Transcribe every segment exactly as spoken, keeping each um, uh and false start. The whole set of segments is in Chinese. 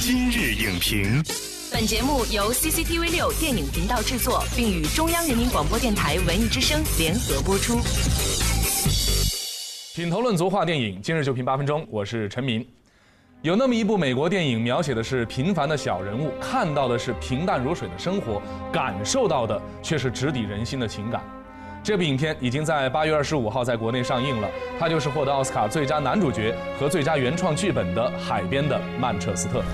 今日影评， 本节目由 C C T V 六电影频道制作，并与中央人民广播电台文艺之声联合播出。 品头论足话电影，今日就评八分钟，我是陈明。有那么一部美国电影，描写的是平凡的小人物，看到的是平淡如水的生活，感受到的却是直抵人心的情感。这部影片已经在八月二十五号在国内上映了，它就是获得奥斯卡最佳男主角和最佳原创剧本的《海边的曼彻斯特》。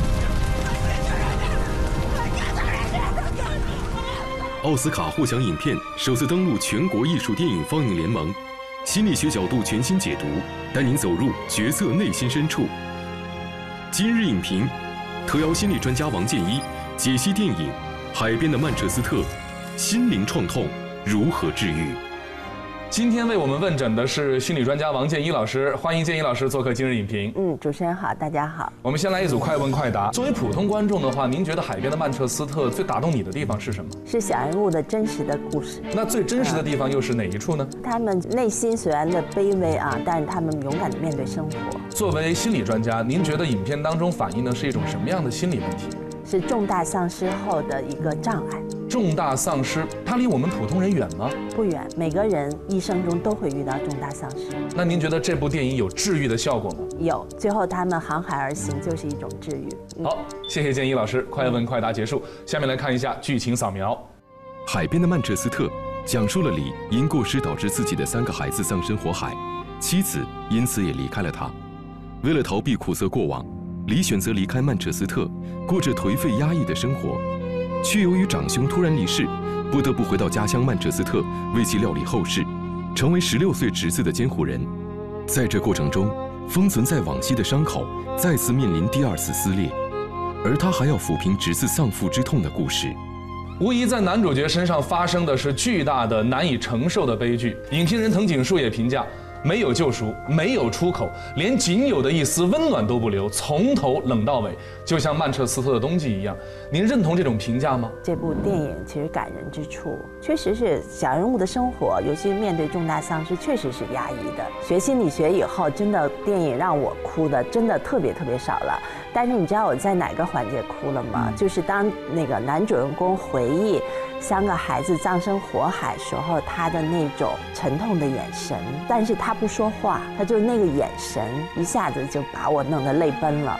奥斯卡获奖影片首次登陆全国艺术电影放映联盟，心理学角度全新解读，带您走入角色内心深处。今日影评，特邀心理专家王建一解析电影《海边的曼彻斯特》，心灵创痛如何治愈？ 今天为我们问诊的是心理专家王建一老师，欢迎建一老师做客今日影评。 嗯，主持人好，大家好。 我们先来一组快问快答。作为普通观众的话，您觉得《海边的曼彻斯特》最打动你的地方是什么？ 是小人物的真实的故事。 那最真实的地方又是哪一处呢？ 他们内心虽然的卑微啊，但是他们勇敢地面对生活。 作为心理专家，您觉得影片当中反映的是一种什么样的心理问题？ 是重大丧失后的一个障碍。 重大丧失，它离我们普通人远吗？ 不远，每个人一生中都会遇到重大丧失。 那您觉得这部电影有治愈的效果吗？ 有，最后他们航海而行就是一种治愈。 嗯、好，谢谢建一老师，快问快答结束。下面来看一下剧情扫描。 海边的曼彻斯特讲述了李因过失导致自己的三个孩子丧生火海，妻子因此也离开了他。为了逃避苦涩过往，李选择离开曼彻斯特，过着颓废压抑的生活。却由于长兄突然离世，不得不回到家乡曼彻斯特为其料理后事，成为十六岁侄子的监护人。在这过程中，封存在往昔的伤口再次面临第二次撕裂，而他还要抚平侄子丧父之痛的故事。 无疑在男主角身上发生的是巨大的难以承受的悲剧。影评人藤井树也评价，没有救赎，没有出口，连仅有的一丝温暖都不留，从头冷到尾，就像曼彻斯特的冬季一样。您认同这种评价吗？ 这部电影其实感人之处，确实是小人物的生活，尤其是面对重大丧失，确实是压抑的。学心理学以后，真的电影让我哭的真的特别特别少了。但是你知道我在哪个环节哭了吗？嗯、就是当那个男主人公回忆三个孩子葬身火海时候，他的那种沉痛的眼神，但是他不说话，他就是那个眼神，一下子就把我弄得泪奔了。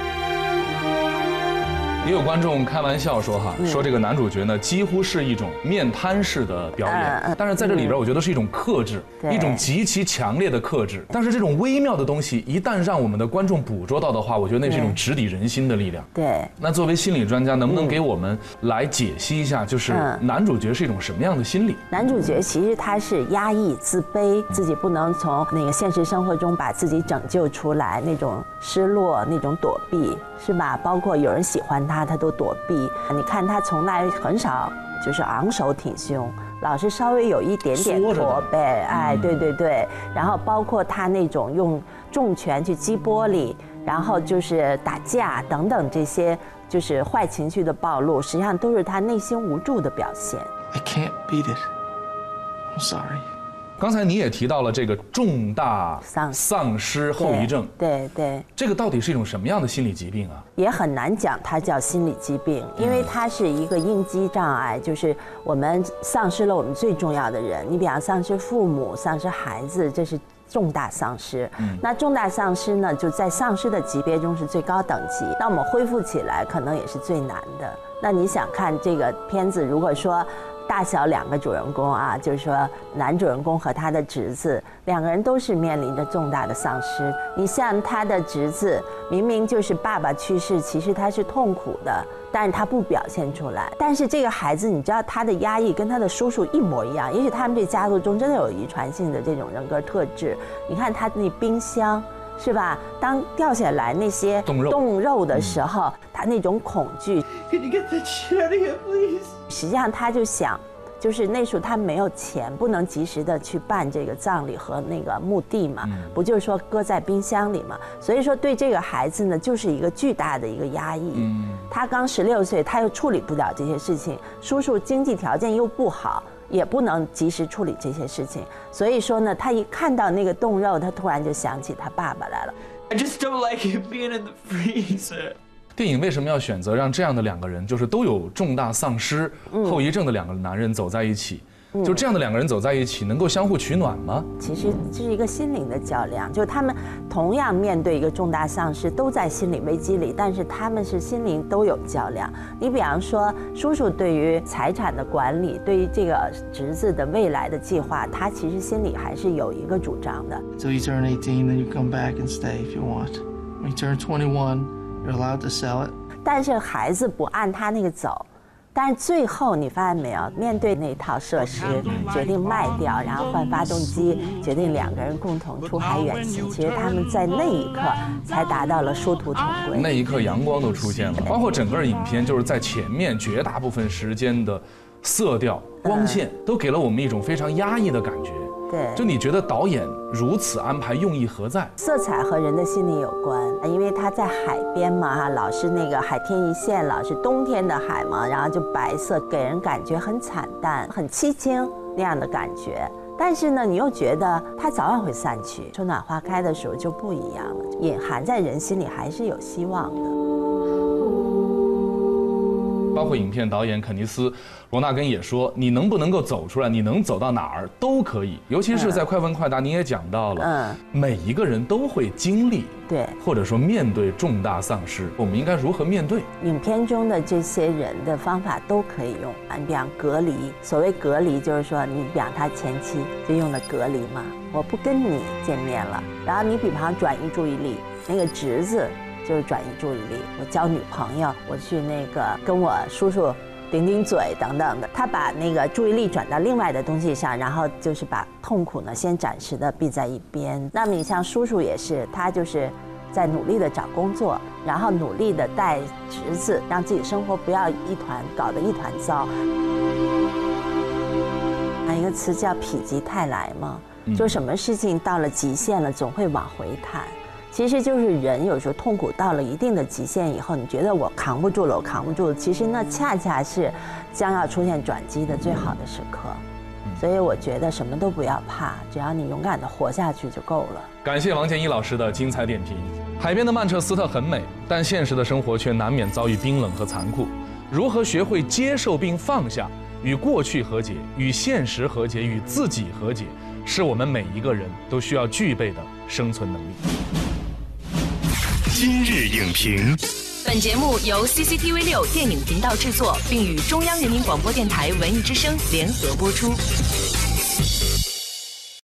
也有观众开玩笑说哈，嗯、说这个男主角呢几乎是一种面瘫式的表演，嗯、但是在这里边我觉得是一种克制，嗯、一种极其强烈的克制。但是这种微妙的东西一旦让我们的观众捕捉到的话，我觉得那是一种直抵人心的力量。 对。 那作为心理专家，能不能给我们来解析一下，就是男主角是一种什么样的心理？ 嗯、男主角其实他是压抑、自卑，自己不能从那个现实生活中把自己拯救出来，那种失落、那种躲避，是吧？包括有人喜欢他。他都躲避，你看他从来很少就是昂首挺胸，老是稍微有一点点驼背，哎，对对对。然后包括他那种用重拳去击玻璃，然后就是打架等等这些，就是坏情绪的暴露，实际上都是他内心无助的表现。 I can't beat it. I'm sorry. 刚才你也提到了这个重大丧失后遗症， 对 对, 对， 这个到底是一种什么样的心理疾病啊？ 也很难讲它叫心理疾病，因为它是一个应激障碍，就是我们丧失了我们最重要的人。你比方丧失父母、丧失孩子，这是重大丧失。嗯、那重大丧失呢，就在丧失的级别中是最高等级，那我们恢复起来可能也是最难的。那你想看这个片子，如果说大小两个主人公啊，就是说男主人公和他的侄子两个人都是面临着重大的丧失。你像他的侄子，明明就是爸爸去世，其实他是痛苦的，但是他不表现出来。但是这个孩子，你知道他的压抑跟他的叔叔一模一样，也许他们这家族中真的有遗传性的这种人格特质。你看他那冰箱，是吧？当掉下来那些冻肉冻肉的时候，嗯、他那种恐惧。 Can you get that shit out of here, please? 实际上他就想，就是那时候他没有钱，不能及时的去办这个葬礼和那个墓地嘛，嗯、不就是说搁在冰箱里嘛？所以说对这个孩子呢，就是一个巨大的一个压抑。嗯、他刚十六岁，他又处理不了这些事情，叔叔经济条件又不好。也不能及时处理这些事情，所以说呢，他一看到那个冻肉，他突然就想起他爸爸来了。 I just don't like it being in the freezer. 电影为什么要选择让这样的两个人，就是都有重大丧失后遗症的两个男人走在一起？就这样的两个人走在一起，能够相互取暖吗？ 其实这是一个心灵的较量，就是他们同样面对一个重大丧失，都在心理危机里，但是他们是心灵都有较量。你比方说，叔叔对于财产的管理，对于这个侄子的未来的计划，他其实心里还是有一个主張的。 Until you turn eighteen, then you come back and stay if you want. When you turn twenty-one, you're allowed to sell it. 但是孩子不按他那个走。 但是最后你发现没有，面对那套设施，决定卖掉，然后换发动机，决定两个人共同出海远行。其实他们在那一刻才达到了殊途同归。 那一刻阳光都出现了，包括整个影片就是在前面绝大部分时间的色调、光线都给了我们一种非常压抑的感觉。 对， 就你觉得导演如此安排用意何在？ 色彩和人的心理有关，因为他在海边嘛，哈，老是那个海天一线，老是冬天的海嘛，然后就白色，给人感觉很惨淡、很凄清那样的感觉。但是呢，你又觉得它早晚会散去，春暖花开的时候就不一样了，隐含在人心里还是有希望的。 包括影片导演肯尼斯·罗纳根也说，你能不能够走出来，你能走到哪儿都可以。尤其是在《快问快答》，你也讲到了，嗯，每一个人都会经历， 对，或者说面对重大丧失，我们应该如何面对？ 影片中的这些人的方法都可以用，你比方隔离，所谓隔离就是说，你比方他前妻就用了隔离嘛，我不跟你见面了，然后你比方转移注意力，那个侄子。 就是转移注意力，我交女朋友，我去那个跟我叔叔顶顶嘴等等的，他把那个注意力转到另外的东西上，然后就是把痛苦呢先暂时的避在一边。那么你像叔叔也是，他就是在努力的找工作，然后努力的带侄子，让自己生活不要一团搞得一团糟。还有一个词叫否极泰来嘛，就什么事情到了极限了，总会往回弹。 其实就是人有时候痛苦到了一定的极限以后，你觉得我扛不住了，我扛不住了。其实那恰恰是将要出现转机的最好的时刻。所以我觉得什么都不要怕，只要你勇敢地活下去就够了。 感谢王建一老师的精彩点评。海边的曼彻斯特很美，但现实的生活却难免遭遇冰冷和残酷。如何学会接受并放下，与过去和解，与现实和解，与自己和解，是我们每一个人都需要具备的生存能力。 今日影评， 本节目由 C C T V 六电影频道制作，并与中央人民广播电台文艺之声联合播出。